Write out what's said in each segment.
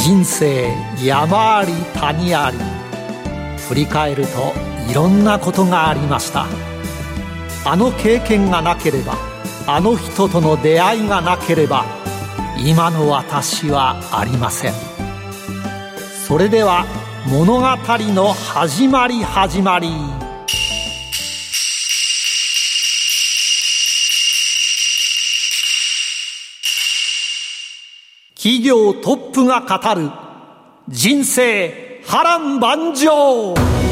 人生山あり谷あり、振り返るといろんなことがありました。あの経験がなければ、あの人との出会いがなければ、今の私はありません。それでは物語の始まり。企業トップが語る人生波乱万丈。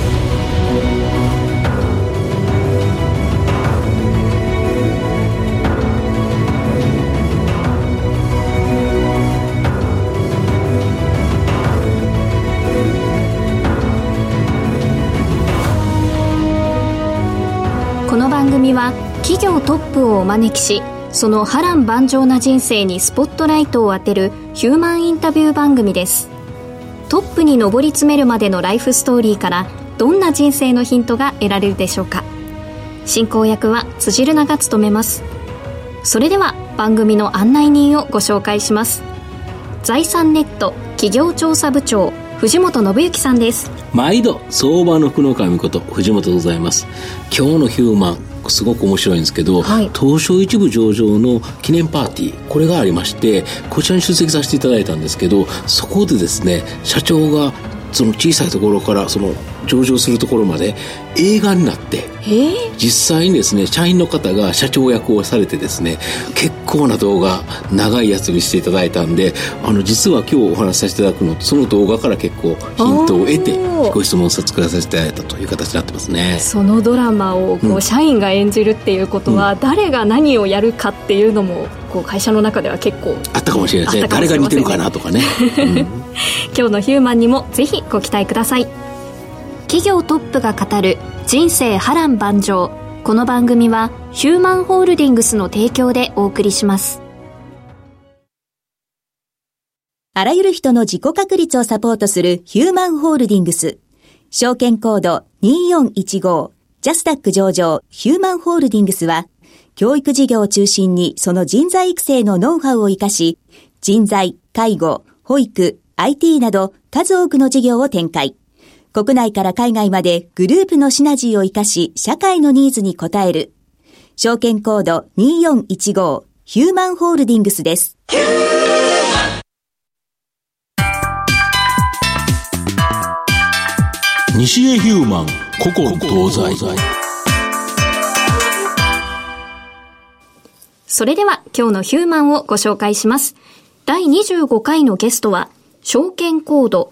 この番組は企業トップをお招きし、その波乱万丈な人生にスポットライトを当てるヒューマンインタビュー番組です。トップに上り詰めるまでのライフストーリーからどんな人生のヒントが得られるでしょうか。進行役は辻るなが務めます。それでは番組の案内人をご紹介します。財産ネット企業調査部長、藤本信之さんです。 毎度相場の福の神こと藤本でございます。今日のヒューマンすごく面白いんですけど、東証一部上場の記念パーティー、これがありまして、こちらに出席させていただいたんですけど、そこでですね、社長がその小さいところからその上場するところまで映画になって、実際にですね、社員の方が社長役をされてですね、結構な動画、長いやつにしていただいたんで、実は今日お話しさせていただくの、その動画から結構ヒントを得てご質問を作らさせていただいたという形になってますね。 そのドラマを社員が演じるっていうことは、誰が何をやるかっていうのも会社の中では結構あったかもしれないですね。誰が似てるかなとかね、 今日のヒューマンにもぜひご期待ください。企業トップが語る人生波乱万丈。この番組はヒューマンホールディングスの提供でお送りします。 あらゆる人の自己確立をサポートするヒューマンホールディングス。証券コード2415ジャスダック上場ヒューマンホールディングスは、教育事業を中心にその人材育成のノウハウを生かし、人材、介護、保育、IT など数多くの事業を展開。国内から海外までグループのシナジーを生かし、社会のニーズに応える。証券コード2415ヒューマンホールディングスです。 西江ヒューマン古今東西。 それでは今日のヒューマンをご紹介します。第25回のゲストは、証券コード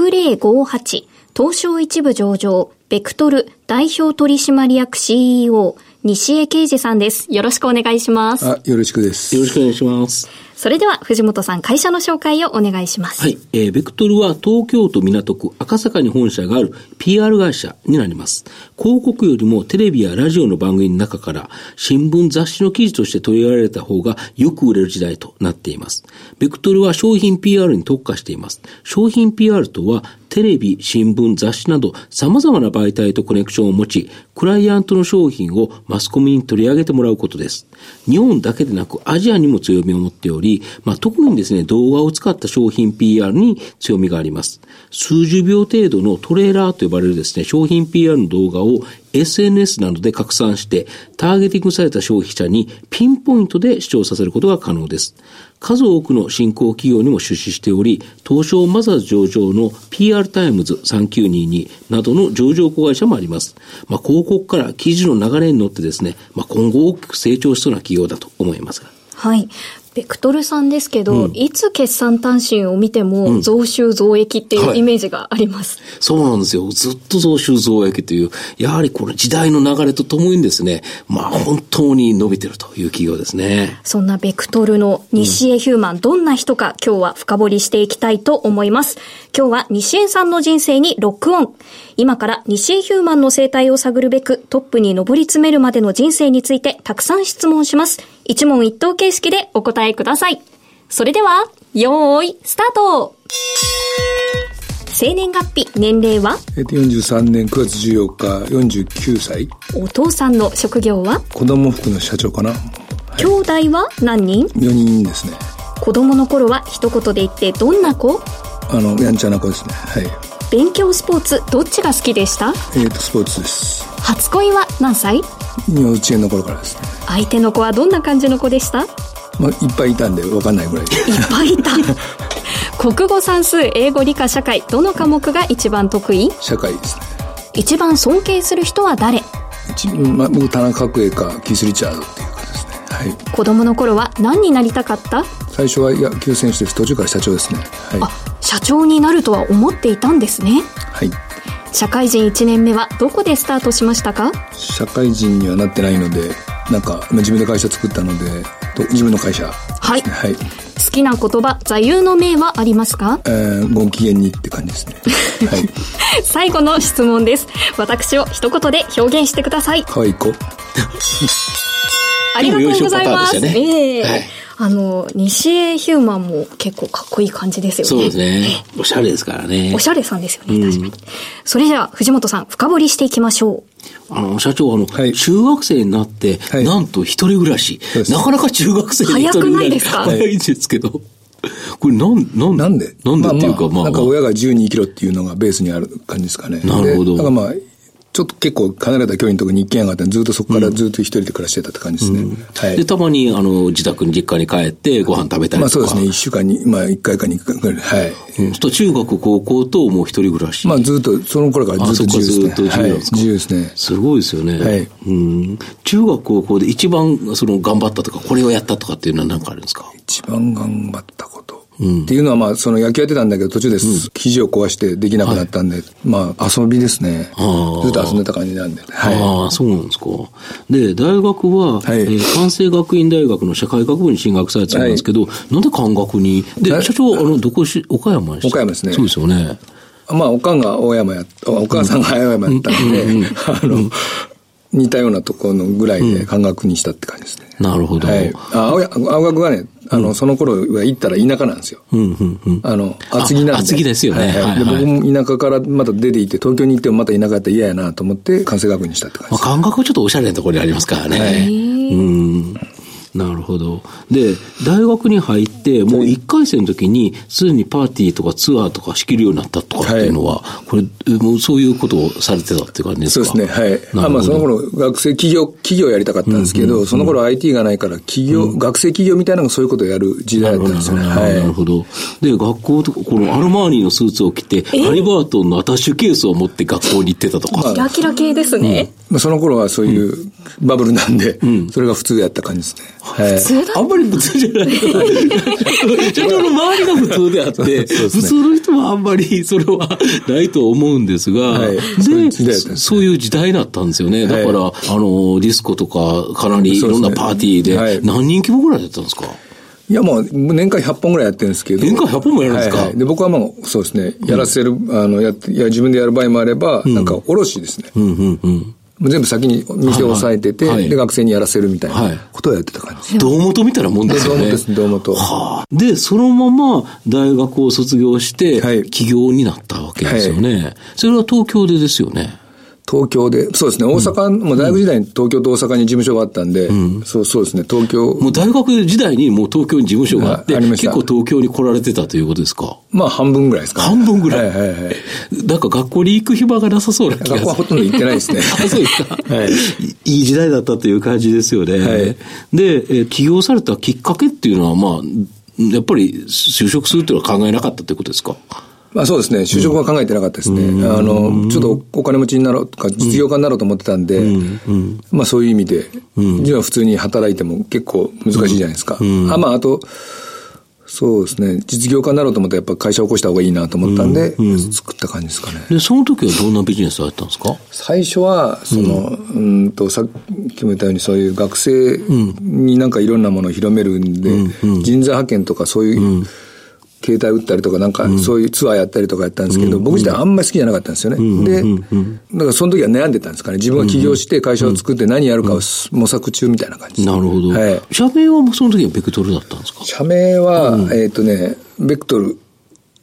6058東証一部上場ベクトル代表取締役 CEO 西江啓二さんです。よろしくお願いします。 よろしくです。 よろしくお願いします。 それでは藤本さん、会社の紹介をお願いします。 はい、ベクトルは東京都港区赤坂に本社がある PR 会社になります。広告よりもテレビやラジオの番組の中から新聞雑誌の記事として取り上げられた方がよく売れる時代となっています。ベクトルは商品 PR に特化しています。商品 PR とはテレビ、新聞、雑誌など様々な媒体とコネクションを持ち、クライアントの商品をマスコミに取り上げてもらうことです。日本だけでなくアジアにも強みを持っており、特にですね、動画を使った商品 PR に強みがあります。数十秒程度のトレーラーと呼ばれるですね、商品 PR の動画を SNS などで拡散して、ターゲティングされた消費者にピンポイントで視聴させることが可能です。数多くの新興企業にも出資しており、東証マザーズ上場の PR タイムズ3922などの上場子会社もあります。広告から記事の流れに乗ってですね、今後大きく成長しそうな企業だと思いますが。 はい。ベクトルさんですけど、いつ決算単身を見ても増収増益っていうイメージがあります。 そうなんですよ。ずっと増収増益という、やはりこの時代の流れとともにですね、本当に伸びてるという企業ですね。 そんなベクトルの西江ヒューマン、どんな人か今日は深掘りしていきたいと思います。今日は西江さんの人生にロックオン。今から西江ヒューマンの生態を探るべくトップに上り詰めるまでの人生についてたくさん質問します。一問一答形式でお答えください。それでは、よーい、スタート。生年月日、年齢は 43年9月14日、49歳。 お父さんの職業は子供服の社長かな。 兄弟は何人？ 4人ですね。 子供の頃は一言で言ってどんな子？ やんちゃな子ですね。はい。 勉強スポーツどっちが好きでした？ スポーツです。 初恋は何歳？ 幼稚園の頃からですね。 相手の子はどんな感じの子でした？ いっぱいいたんで分かんないぐらいで。 いっぱいいた。国語、算数、英語、理科、社会、どの科目が一番得意？ 社会ですね。 一番尊敬する人は誰？ 僕田中角栄かキース・リチャードっていう方ですね。はい。 子供の頃は何になりたかった？ 最初は野球選手です。途中から社長ですね。はい。 社長になるとは思っていたんですね。 はい。 社会人1年目はどこでスタートしましたか？ 社会人にはなってないので、自分で会社作ったので、自分の会社、ね。 はい。 はい。 好きな言葉、座右の銘はありますか？ ご機嫌にって感じですね。はい。 最後の質問です。私を一言で表現してください。 可愛い子。 ありがとうございます。 ね、はい。 西江ヒューマンも結構かっこいい感じですよね。 そうですね。おしゃれですからね。 おしゃれさんですよね。確かに。それじゃあ、藤本さん、深掘りしていきましょう。社長、はい、中学生になって、はい、なんと一人暮らし。なかなか中学生で一人暮らし。 早くないですか？ 早いんですけど。これなんでっていうか、 なんか親が自由に生きろっていうのがベースにある感じですかね。 なるほど。 だからちょっと結構離れた距離のところに一軒家があってずっとそこからずっと一人で暮らしてたって感じですね。 はい。で、たまに自宅に実家に帰ってご飯食べたりとか。 そうですね。1週間に、1回か2回ぐらい。はい。 中学、高校ともう一人暮らし。 ずっと、その頃からずっと自由ですね。 ずっと自由ですか。 自由ですね。 すごいですよね。 はい。 中学、高校で一番頑張ったとか、これをやったとかっていうのは何かあるんですか？ 一番頑張ったこと。っていうのはその野球やってたんだけど途中で肘を壊してできなくなったんで、遊びですね。ずっと遊んでた感じなんで。 はい。そうなんですか。で、大学は、関西学院大学の社会学部に進学されてたんですけど、なんで漢学に？で、社長、岡山でした？ 岡山ですね。 そうですよね。 おかんがお母さんが青山やったんで、似たようなところのぐらいで漢学にしたって感じですね。 なるほど。 はい。青学はね、その頃は行ったら田舎なんですよ。厚木なんで。 厚木ですよね。 で、僕も田舎からまた出て行って、東京に行ってもまた田舎だったら嫌やなと思って、関西学にしたって感じです。 漢学はちょっとおしゃれなところにありますからね。なるほど。で、大学に入って、もう1回生の時に、すでにパーティーとかツアーとか仕切るようになったとかっていうのは、これ、もうそういうことをされてたっていう感じですか？ そうですね、はい。その頃、企業やりたかったんですけど、その頃 IT がないから、学生企業みたいなのがそういうことをやる時代だったんですよね。 なるほど。で、学校とか、このアルマーニのスーツを着て、ハリバートンのアタッシュケースを持って学校に行ってたとか。 キラキラ系ですね。 その頃はそういうバブルなんで、それが普通やった感じですね。 普通だ？ あんまり普通じゃない。社長の周りが普通であって、普通の人はあんまりそれはないと思うんですが、そういう時代だったんですよね。だから、ディスコとか、かなりいろんなパーティーで、何人規模ぐらいだったんですか？ いや、年間100本ぐらいやってるんですけど。 年間100本もやるんですか？ で、僕はそうですね、やらせる、自分でやる場合もあれば、卸ですね。全部先に店を押さえてて、で、学生にやらせるみたいなことをやってた感じです。 胴元みたいなもんですよね。 胴元です、胴元。 で、そのまま大学を卒業して、起業になったわけですよね。それは東京でですよね。 東京で、そうですね、大阪、もう大学時代に東京と大阪に事務所があったんで、そうですね、東京。 もう大学時代にもう東京に事務所があって、結構東京に来られてたということですか？ 半分ぐらいですかね。 半分ぐらい。なんか学校に行く暇がなさそうな気がする。 学校はほとんど行ってないですね。 そうですか。いい時代だったという感じですよね。で、起業されたきっかけっていうのは、やっぱり就職するっていうのは考えなかったということですか？ そうですね。就職は考えてなかったですね。ちょっとお金持ちになろうとか、実業家になろうと思ってたんで、そういう意味で、じゃあ普通に働いても結構難しいじゃないですか。あと、そうですね。実業家になろうと思ったらやっぱ会社を起こした方がいいなと思ったんで、作った感じですかね。 で、その時はどんなビジネスをやったんですか？ 最初は、さっきも言ったようにそういう学生になんかいろんなものを広めるんで、人材派遣とかそういう、携帯売ったりとかそういうツアーやったりとかやったんですけど、僕自体あんまり好きじゃなかったんですよね。で、だからその時は悩んでたんですかね。自分が起業して会社を作って何やるかを模索中みたいな感じです。 なるほど。社名はその時はベクトルだったんですか？ 社名は、ベクトル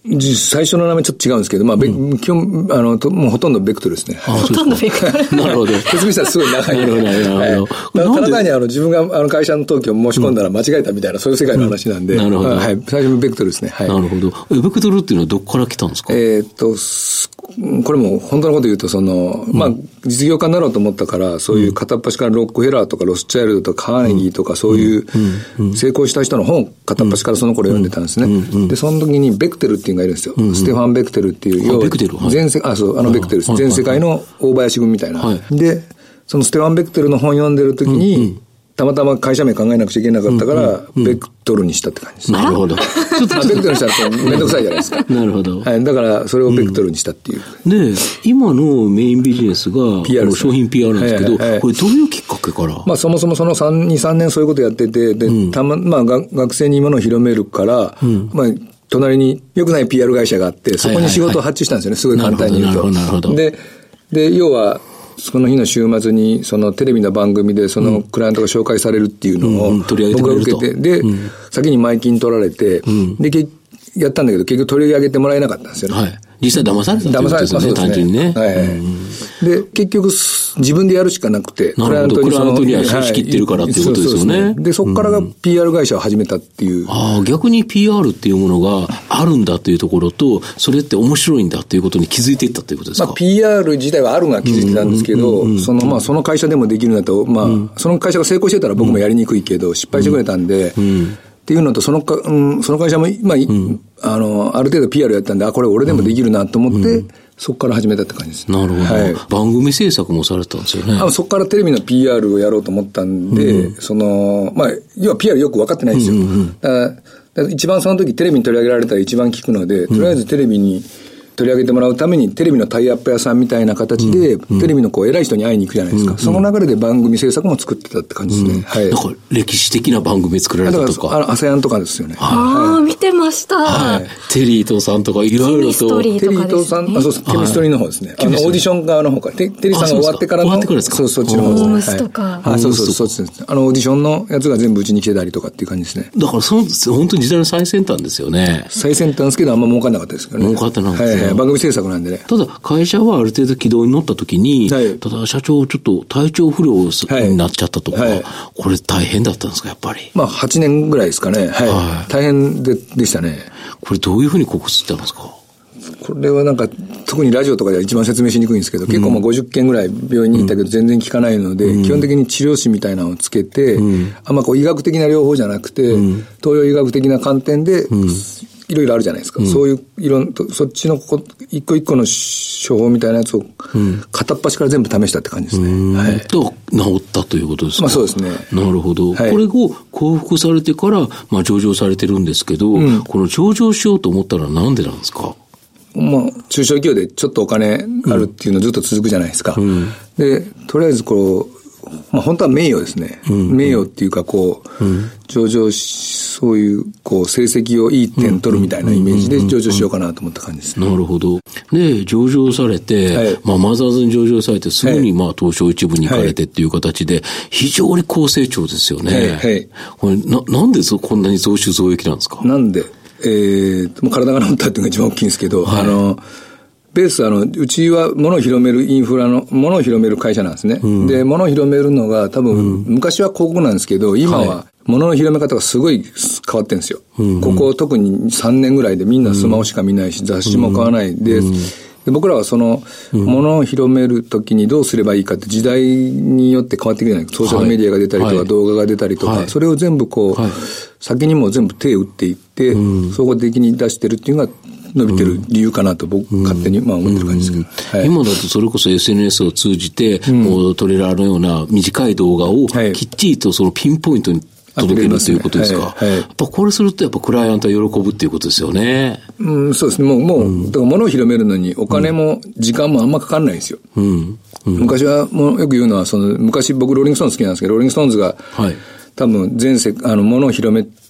最初の名前ちょっと違うんですけど、まあ、基本、もうほとんどベクトルですね。 ほとんどベクトル。 なるほど。 説明したらすごい長い。 なるほど、なるほど。ただ単に自分が会社の登記を申し込んだら間違えたみたいな、そういう世界の話なんで。 なるほど。 はい。最初のベクトルですね。はい。 なるほど。ベクトルっていうのはどこから来たんですか？ これも本当のこと言うと、まあ、実業家になろうと思ったから、そういう片っ端からロックフェラーとかロスチャイルドとかカーネギーとかそういう成功した人の本を片っ端からその頃読んでたんですね。で、その時にベクテルっていうのがいるんですよ。ステファン・ベクテルっていう、 ベクテル、はい、 ベクテルです。全世界の大林組みたいな。で、そのステファン・ベクテルの本読んでる時に、たまたま会社名考えなくちゃいけなかったから、ベクトルにしたって感じです。 なるほど。 ベクトルにしたらめんどくさいじゃないですか。 なるほど。 はい。だから、それをベクトルにしたっていう。 で、今のメインビジネスが、商品 PR なんですけど、これどういうきっかけから？ まあ、そもそもその2、3年そういうことやってて、で、まあ、学生に物を広めるから、まあ、隣に良くない PR 会社があって、そこに仕事を発注したんですよね。すごい簡単に言うと。 なるほど。 で、要は、その日の週末に、そのテレビの番組でそのクライアントが紹介されるっていうのを、僕が受けて、で、先に前金取られて、で、やったんだけど、結局取り上げてもらえなかったんですよね。 はい。実際騙されたってことですよね、単純にね。 はい。で、結局、自分でやるしかなくて、 クライアントには仕切ってるからっていうことですよね。 で、そこからが PR 会社を始めたっていう。 ああ、逆に PR っていうものがあるんだっていうところと、それって面白いんだっていうことに気づいていったっていうことですか？ まあ、PR 自体はあるのは気づいてたんですけど、まあ、その会社でもできるんだと、まあ、その会社が成功してたら僕もやりにくいけど、失敗してくれたんで、っていうのと、その会社も、まあ、ある程度 PR やったんで、これ俺でもできるなと思って、そこから始めたって感じです。 なるほど。はい、番組制作もされたんですよね。 そこからテレビの PR をやろうと思ったんで、まあ、要は PR よく分かってないんですよ。だから一番その時テレビに取り上げられたら一番聞くので、とりあえずテレビに取り上げてもらうためにテレビのタイアップ屋さんみたいな形で、テレビの偉い人に会いに行くじゃないですか。その流れで番組制作も作ってたって感じですね。はい。 だから歴史的な番組作られたとか。 だからアセアンとかですよね。 ああ、見てました。 はい。テリートさんとかいろいろと。 テリートさん、そうです。ケミストリーの方ですね。オーディション側の方から。テリーさんが終わってからの。 終わってからですか？ そう、そっちの方ですね。 とか。 はい。そうです。オーディションのやつが全部うちに来てたりとかっていう感じですね。 だから本当に時代の最先端ですよね。 最先端ですけど、あんま儲かんなかったですからね。 儲かってなかったですね。 はい。番組制作なんで。 ただ、会社はある程度軌道に乗った時に、ただ社長ちょっと体調不良になっちゃったとか、これ大変だったんですか、やっぱり。 まあ、8年ぐらいですかね。はい。大変でしたね。 これどういうふうに克服したんですか？ これはなんか、特にラジオとかでは一番説明しにくいんですけど、結構50件ぐらい病院に行ったけど全然効かないので、基本的に治療師みたいなのをつけて、あんま医学的な療法じゃなくて、東洋医学的な観点で、いろいろあるじゃないですか。そういうそっちの一個一個の処方みたいなやつを片っ端から全部試したって感じですね。はい。 と治ったということですか？ まあそうですね。 なるほど。はい、これを克服されてから、まあ上場されてるんですけど、この上場しようと思ったらなんでなんですか？ まあ、中小企業でちょっとお金あるっていうのずっと続くじゃないですか。で、とりあえずまあ本当は名誉ですね。名誉っていうか上場そういう成績をいい点取るみたいなイメージで上場しようかなと思った感じですね。 なるほど。で、上場されて、まあマザーズに上場されてすぐにまあ東証一部に行かれてっていう形で、非常に高成長ですよね。これなんでこんなに増収増益なんですか？ なんでもう体が治ったっていうのが一番大きいんですけど、ベースうちは物を広めるインフラの、物を広める会社なんですね。で、物を広めるのが多分、昔は広告なんですけど、今は物の広め方がすごい変わってるんですよ。ここ特に3年ぐらいでみんなスマホしか見ないし、雑誌も買わないで、僕らは物を広めるときにどうすればいいかって時代によって変わってくるじゃないですか。ソーシャルメディアが出たりとか、動画が出たりとか、それを全部先にも全部手を打っていって、総合的に出してるっていうのが伸びてる理由かなと僕勝手に思ってる感じですけど。 今だとそれこそ SNS を通じて、トレーラーのような短い動画をきっちりとピンポイントに届けるということですか。やっぱこれするとやっぱクライアントは喜ぶっていうことですよね。 そうですね。もう、だから物を広めるのにお金も時間もあんまかかんないんですよ。昔はもうよく言うのは昔僕ローリングストーンズ好きなんですけど、ローリングストーンズが多分物を広め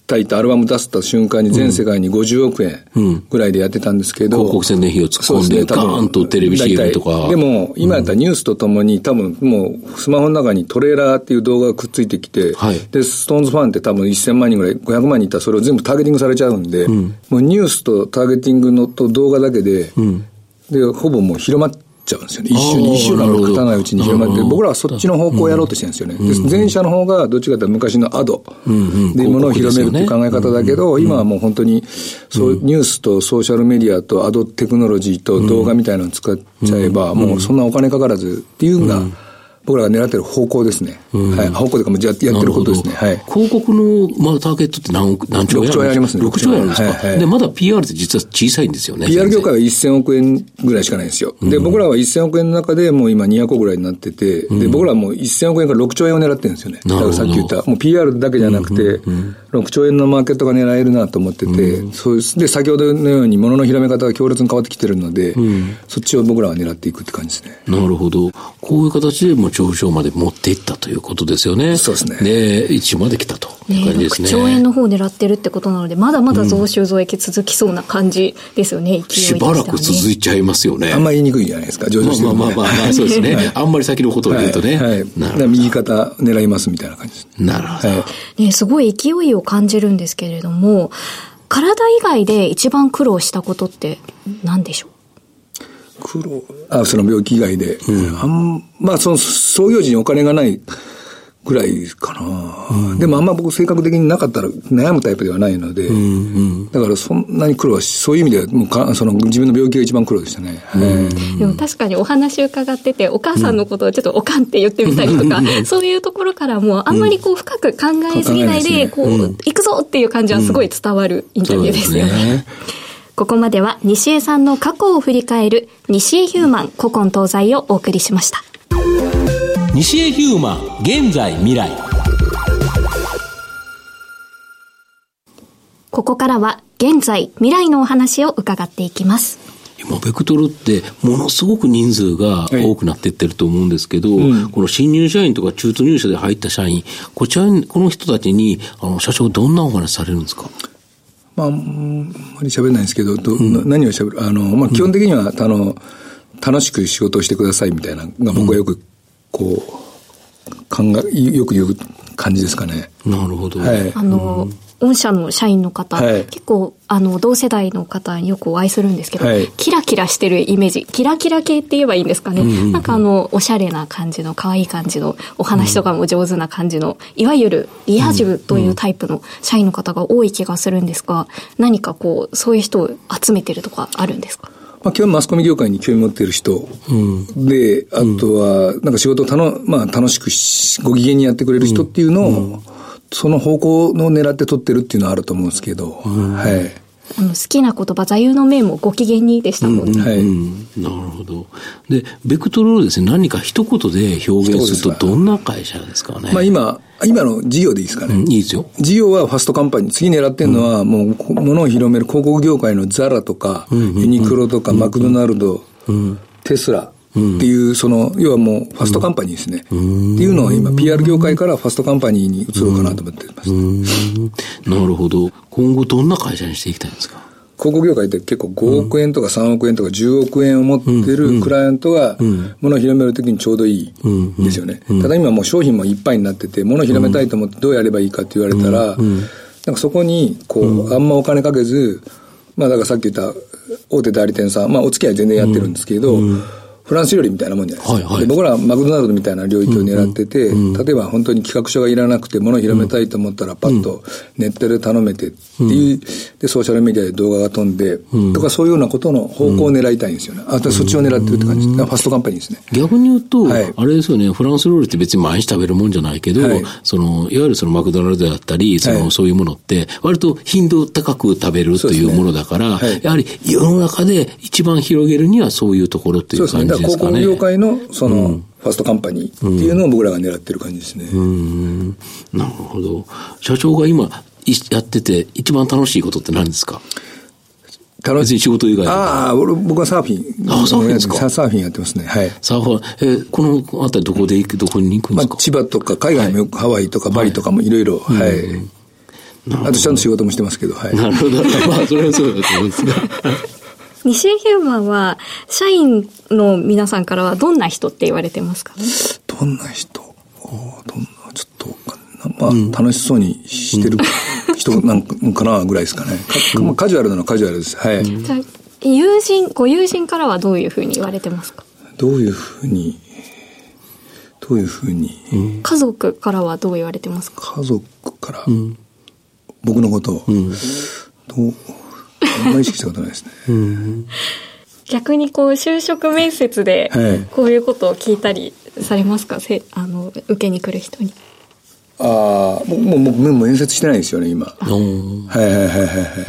たいとアルバム出した瞬間に全世界に50億円ぐらいでやってたんですけど、 広告宣伝費を突っ込んで、ガーンとテレビ CM とか。 でも、今やったらニュースとともに多分もうスマホの中にトレーラーっていう動画がくっついてきて、はい、で、ストーンズファンって多分1000万人ぐらい、500万人いったらそれを全部ターゲティングされちゃうんで、もうニュースとターゲティングのと動画だけで、で、ほぼもう広まっちゃうんですよね。一週間の経たないうちに広まって、僕らはそっちの方向をやろうとしてるんですよね。で前者の方がどっちかというと昔のアドでものを広めるっていう考え方だけど、今はもう本当にそうニュースとソーシャルメディアとアドテクノロジーと動画みたいなのを使っちゃえば、もうそんなお金かからずっていうのが、僕らが狙ってる方向ですね。はい。方向というかもうやってることですね。はい。 広告の、ターゲットって何兆円 6兆円ありますね。 6兆円あるんですか。はいはい、で、まだ PR って実は小さいんですよね。 PR 業界は1000億円ぐらいしかないんですよ。で、僕らは1000億円の中でもう今200億ぐらいになってて、で、僕らはもう1000億円から6兆円を狙ってるんですよね。だからさっき言った、もう PR だけじゃなくて、6兆円のマーケットが狙えるなと思ってて、そうです。で、先ほどのように物の広め方が強烈に変わってきてるので、そっちを僕らは狙っていくって感じですね。 なるほど。こういう形でもう上昇まで持っていったということですよね。 そうですね。 で、一まで来たという感じですね。 6兆円の方を狙ってるってことなので、まだまだ増収増益続きそうな感じですよね、勢いとしてはね。 しばらく続いちゃいますよね。 あんまり言いにくいじゃないですか、上場してるまあ、そうですね。はい、あんまり先のことを言うとね。 はい。なるほど。右肩狙いますみたいな感じです。 なるほど。 はい、ね、すごい勢いを感じるんですけれども、体以外で一番苦労したことって何でしょう？ その病気以外で。その創業時にお金がないぐらいかな。でもあんま僕性格的になかったら悩むタイプではないので、だからそんなに苦労はそういう意味ではもうその自分の病気が一番苦労でしたね。 でも確かにお話伺ってて、お母さんのことをちょっとおかんって言ってみたりとか、そういうところからもあんまりこう深く考えすぎないで、こう、行くぞっていう感じはすごい伝わるインタビューですよね。ここまでは西江さんの過去を振り返る西江ヒューマン古今東西をお送りしました。 西江ヒューマン現在未来。 ここからは現在未来のお話を伺っていきます。 今ベクトルってものすごく人数が多くなっていってると思うんですけど、この新入社員とか中途入社で入った社員、この人たちに社長どんなお話されるんですか？ あんまり喋れないんですけど、何を喋る基本的には楽しく仕事をしてくださいみたいなのが僕はよくよく言う感じですかね。 なるほど。 はい。 御社の社員の方、結構同世代の方によくお会いするんですけど、キラキラしてるイメージ、キラキラ系って言えばいいんですかね。なんかおしゃれな感じの可愛い感じのお話とかも上手な感じの、いわゆるリア充というタイプの社員の方が多い気がするんですが、何かそういう人を集めてるとかあるんですか？ 基本マスコミ業界に興味持っている人で、あとはなんか仕事を楽しくご機嫌にやってくれる人っていうのを、その方向の狙って取ってるっていうのはあると思うんですけど、はい。 好きな言葉、座右の銘もご機嫌にでしたもんね。 はい。 なるほど。で、ベクトルをですね、何か一言で表現するとどんな会社ですかね。 今の事業でいいですかね。 いいですよ。 事業はファストカンパニー。次狙ってるのは、もう、物を広める広告業界のザラとか、ユニクロとか、マクドナルド、テスラ。っていう、要はもう、ファストカンパニーですね。っていうのを今、PR 業界からファストカンパニーに移ろうかなと思ってます。 なるほど。今後どんな会社にしていきたいんですか？ 広告業界って結構5億円とか3億円とか10億円を持ってるクライアントが物を広めるときにちょうどいいですよね。ただ今もう商品もいっぱいになってて、物を広めたいと思ってどうやればいいかって言われたら、なんかそこに、あんまお金かけず、だからさっき言った大手代理店さん、お付き合い全然やってるんですけど、フランス料理みたいなもんじゃないですか。で僕らはマクドナルドみたいな領域を狙ってて、例えば本当に企画書がいらなくて物を広めたいと思ったらパッとネットで頼めてっていう、でソーシャルメディアで動画が飛んで、とかそういうようなことの方向を狙いたいんですよね。そっちを狙ってるって感じです。ファストカンパニーですね。 逆に言うと、あれですよね、フランス料理って別に毎日食べるもんじゃないけど、いわゆるマクドナルドだったり、そういうものって割と頻度高く食べるというものだから、やはり世の中で一番広げるにはそういうところっていう感じですかね。 広告業界のファストカンパニーっていうのを僕らが狙ってる感じですね。 なるほど。社長が今やってて一番楽しいことって何ですか？別に仕事以外で。 僕はサーフィン。 サーフィンですか？ サーフィンやってますね。はい。 サーフィン、このあたりどこに行くんですか？ 千葉とか海外もよくハワイとかバリとかもいろいろ。はい。 あとちゃんと仕事もしてますけど、はい。 なるほど。まあ、それはそうだと思うんですが。 西江ヒューマンは、社員の皆さんからはどんな人って言われてますか？ どんな人？ちょっと、まあ、楽しそうにしてる人なんかなぐらいですかね。まあ、カジュアルなのはカジュアルです。はい。 じゃあご友人からはどういうふうに言われてますか？ どういうふうに、 家族からはどう言われてますか？ 家族から、僕のことを、あんまり意識したことないですね。 逆に就職面接でこういうことを聞いたりされますか？受けに来る人に。 もう面接してないですよね、今。はい。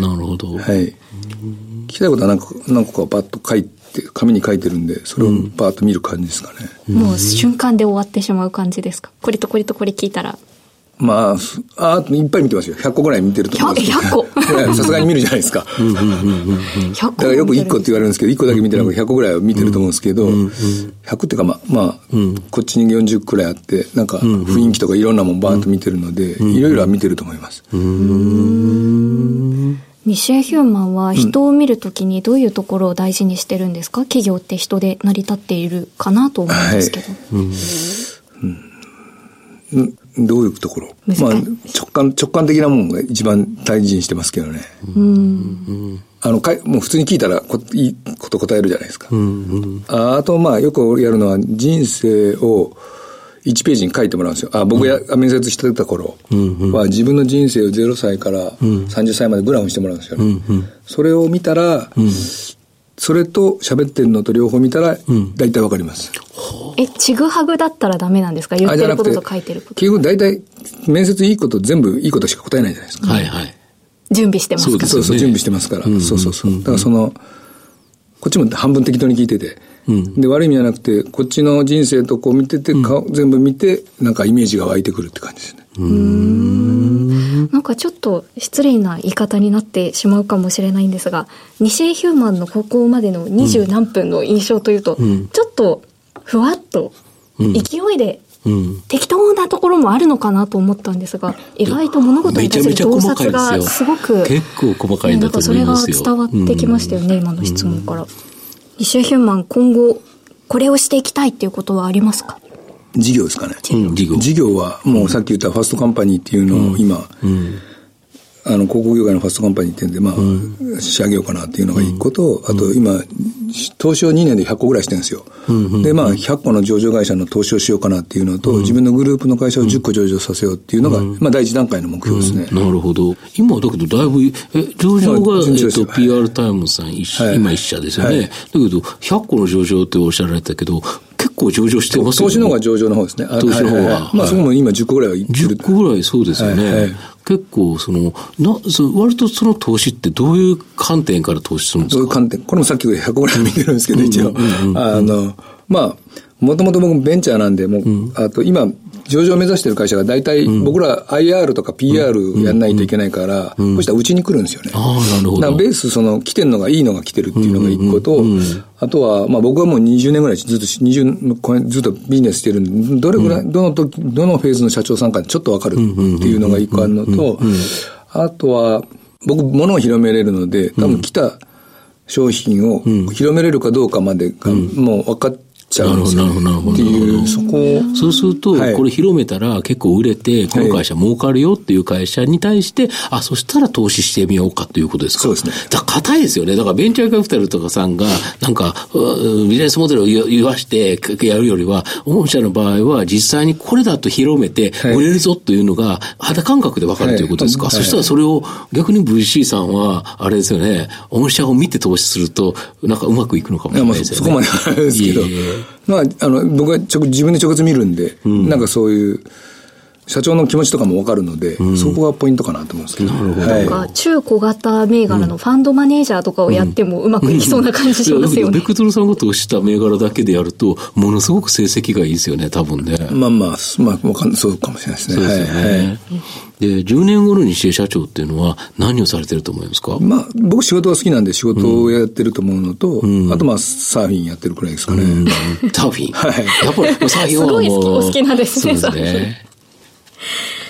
なるほど。 はい。聞きたいことは何個かパッと書いて、紙に書いてるんで、それをパッと見る感じですかね。 もう瞬間で終わってしまう感じですか？これとこれとこれ聞いたら。 まあ、いっぱい見てますよ。100個ぐらい見てると思います。 100個さすがに見るじゃないですか。だからよく1個って言われるんですけど、1個だけ見てるから100個ぐらいは見てると思うんですけど、100っていうかまあ、こっちに40くらいあって、なんか雰囲気とかいろんなもんバーッと見てるので、いろいろは見てると思います。 西江ヒューマンは人を見るときにどういうところを大事にしてるんですか？企業って人で成り立っているかなと思うんですけど。 どういうところ？まあ、直感的なものが一番大事にしてますけどね。もう普通に聞いたらいいこと答えるじゃないですか。あと、まあ、よくやるのは人生を1ページに書いてもらうんですよ。僕が面接してた頃は自分の人生を0歳から30歳までグラフにしてもらうんですよね。それを見たら、それと喋ってるのと両方見たら大体わかります。 ちぐはぐだったらダメなんですか？言ってることと書いてること。 結局大体面接いいこと全部いいことしか答えないじゃないですか。 はいはい。 準備してますから。 そう、準備してますから。そう。だからこっちも半分適当に聞いてて。で、悪い意味じゃなくて、こっちの人生とこう見てて、全部見て、なんかイメージが湧いてくるって感じですね。 なんかちょっと失礼な言い方になってしまうかもしれないんですが、西江ヒューマンのここまでの20何分の印象というと、ちょっとふわっと勢いで適当なところもあるのかなと思ったんですが、意外と物事に対する洞察がすごく結構細かいんだと思いますよ。 それが伝わってきましたよね、今の質問から。西江ヒューマン、今後これをしていきたいっていうことはありますか？ 事業ですかね。 事業はもうさっき言ったファストカンパニーっていうのを今、広告業界のファストカンパニーっていうんで、まあ、仕上げようかなっていうのが一個と、あと今、投資を2年で100個ぐらいしてるんですよ。で、まあ、100個の上場会社の投資をしようかなっていうのと、自分のグループの会社を10個上場させようっていうのが、まあ、第一段階の目標ですね。 なるほど。今、だけど、だいぶ、上場が、PR タイムズさん今一社ですよね。だけど、100個の上場っておっしゃられたけど、結構上場してますよね。 投資の方が上場の方ですね。 投資の方は。 まあ、そこも今10個ぐらいは行ってる。 10個ぐらいそうですよね。結構割とその投資ってどういう観点から投資するんですか？ どういう観点？これもさっき100個ぐらい見てるんですけど、一応。まあ、もともと僕ベンチャーなんで、あと今、上場を目指している会社が大体、僕ら IR とか PR やんないといけないから、こうしたらうちに来るんですよね。 なるほど。 だからベース、来てるのがいいのが来てるっていうのが一個と、あとは、まあ僕はもう20年ぐらいずっとビジネスしてるんで、どれぐらい、どのフェーズの社長さんかちょっとわかるっていうのが一個あるのと、あとは、僕、物を広めれるので、多分来た商品を広めれるかどうかまでがもう分かっちゃうんですよっていう、そこを。 そうすると、これ広めたら結構売れて、この会社儲かるよっていう会社に対して、そしたら投資してみようかということですか？ そうですね。 だから硬いですよね。だからベンチャーキャピタルとかさんが、なんか、ビジネスモデルを言わしてやるよりは、御社の場合は実際にこれだと広めて売れるぞというのが肌感覚で分かるということですか？そしたらそれを逆に VC さんは、あれですよね、御社を見て投資すると、なんかうまくいくのかもしれないですよね。 そこまではあるんですけど。まあ、僕は自分で直接見るんで、なんかそういう社長の気持ちとかも分かるので、そこがポイントかなと思うんですけど。 なるほど。 なんか中小型銘柄のファンドマネージャーとかをやってもうまくいきそうな感じしますよね。 ベクトルさんが投資した銘柄だけでやると、ものすごく成績がいいですよね、多分ね。 まあ、そうかもしれないですね。 そうですよね。で、10年後の西江社長っていうのは何をされてると思いますか？ まあ、僕仕事が好きなんで仕事をやってると思うのと、あとまあ、サーフィンやってるくらいですかね。 サーフィン。 はい。 やっぱりサーフィンはもう。 すごいお好きなんですね、 そうですね。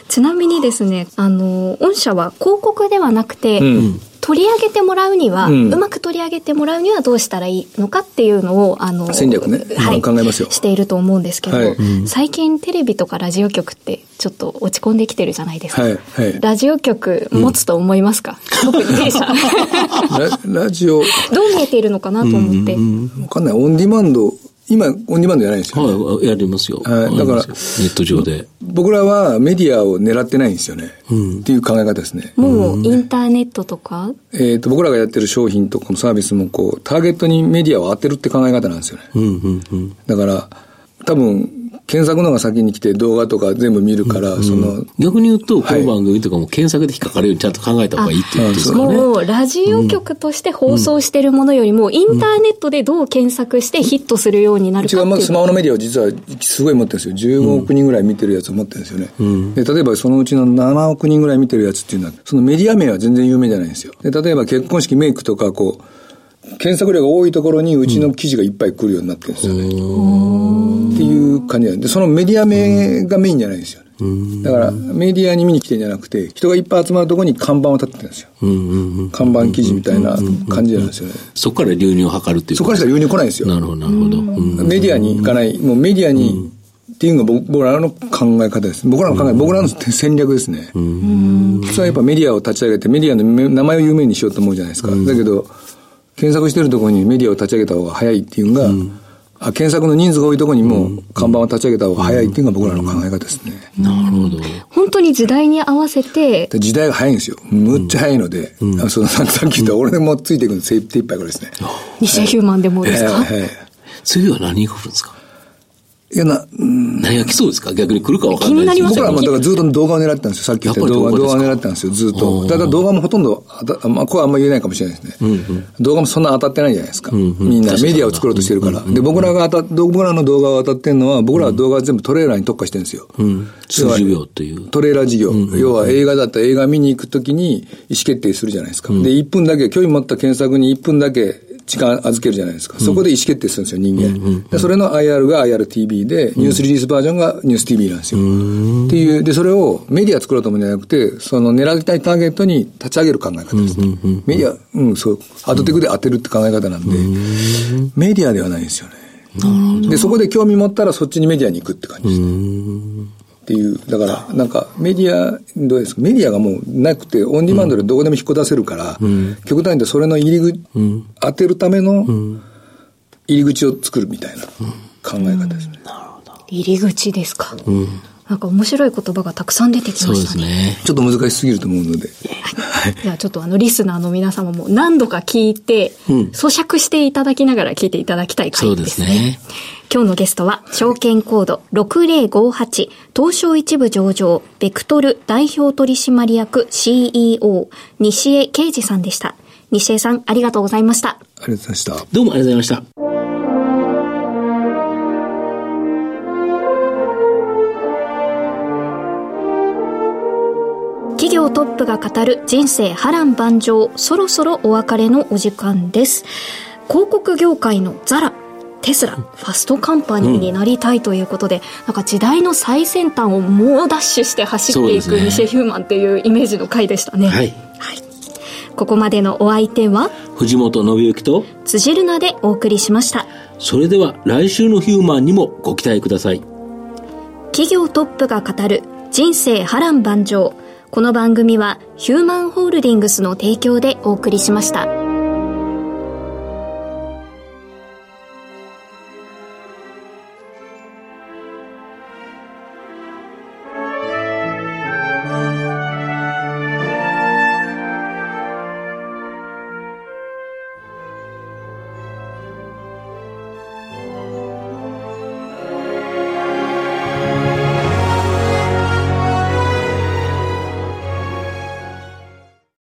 ちなみにですね、御社は広告ではなくて、取り上げてもらうには、うまく取り上げてもらうにはどうしたらいいのかっていうのを戦略ね、 はい、 考えますよ。 していると思うんですけど、 はい、 最近テレビとかラジオ局ってちょっと落ち込んできてるじゃないですか。 はいはい、 ラジオ局持つと思いますか？特に弊社ラジオどう見えているのかなと思って。 わかんない。オンディマンド、今オンディマンドじゃないんですよ、ね。 はい、やりますよ。 はい、だからネット上で僕らはメディアを狙ってないんですよね、っていう考え方ですね。 もうインターネットとか、 僕らがやってる商品とかのサービスもこうターゲットにメディアを当てるって考え方なんですよね。だから多分検索のが先に来て動画とか全部見るから、 逆に言うとこの番組とかも検索で引っかかるようにちゃんと考えた方がいいっていうことですかね。 もうラジオ局として放送してるものよりも、インターネットでどう検索してヒットするようになるかっていう。 うちはスマホのメディアを実はすごい持ってるんですよ。15億人ぐらい見てるやつを持ってるんですよね。で例えばそのうちの7億人ぐらい見てるやつっていうのはそのメディア名は全然有名じゃないんですよ。で例えば結婚式メイクとかこう検索量が多いところにうちの記事がいっぱい来るようになってるんですよね。っていう感じなんで、そのメディア名がメインじゃないんですよね。だからメディアに見に来てんじゃなくて、人がいっぱい集まるところに看板を立ててるんですよ。看板記事みたいな感じなんですよね。 そこから流入を図るっていう。 そこからしか流入来ないんですよ。 なるほどなるほど。 メディアに行かない、もうメディアにっていうのが僕らの考え方です。僕らの戦略ですね。普通はやっぱメディアを立ち上げてメディアの名前を有名にしようと思うじゃないですか。だけど検索してるところにメディアを立ち上げた方が早いっていうのが、検索の人数が多いところにも看板を立ち上げた方が早いっていうのが僕らの考え方ですね。 なるほど。 本当に時代に合わせて。 時代が早いんですよ。むっちゃ早いので、さっき言った俺でもついていくの精一杯これですね。 西ヒューマンでもですか？ 次は何が来るんですか？ いや何が来そうですか？逆に来るか分かんないです。気になりますよ。僕らもだからずっと動画を狙ってたんですよ。さっき言った動画を狙ってたんですよ。ずっと。ただ動画もほとんどこれはあんま言えないかもしれないですね。動画もそんな当たってないじゃないですか。みんなメディアを作ろうとしてるから。で僕らの動画が当たってるのは、僕らは動画は全部トレーラーに特化してるんですよ。 数十秒っていう。 トレーラー事業。要は映画だったら映画見に行くときに意思決定するじゃないですか。で1分だけ興味持った検索に1分だけ時間預けるじゃないですか。そこで意思決定するんですよ、人間。でそれの IR が IRTV で、ニュースリリースバージョンがニュース TV なんですよ。っていう、で、それをメディア作ろうと思うんじゃなくて、その狙いたいターゲットに立ち上げる考え方です。メディア、そう、アドテクで当てるって考え方なんで、メディアではないんですよね。で、そこで興味持ったらそっちにメディアに行くって感じですね。っていう、だからなんかメディアどうですか、メディアがもうなくてオンディマンドでどこでも引っこ出せるから、極端にそれの入り口、当てるための入り口を作るみたいな考え方ですね。 なるほど。入り口ですか。なんか面白い言葉がたくさん出てきましたね。 そうですね。 ちょっと難しすぎると思うので。 じゃあちょっとリスナーの皆様も何度か聞いて、咀嚼していただきながら聞いていただきたい回ですね。そうですね。今日のゲストは、証券コード6058、東証一部上場、ベクトル代表取締役 CEO、西江啓二さんでした。西江さん、ありがとうございました。 ありがとうございました。 どうもありがとうございました。 企業トップが語る人生波乱万丈、そろそろお別れのお時間です。広告業界のザラ、テスラ、ファストカンパニーになりたいということで、なんか時代の最先端を猛ダッシュして走っていく西ヒューマンっていうイメージの回でしたね。はい。ここまでのお相手は藤本信之と辻るなでお送りしました。 それでは来週のヒューマンにもご期待ください。 企業トップが語る人生波乱万丈。この番組はヒューマンホールディングスの提供でお送りしました。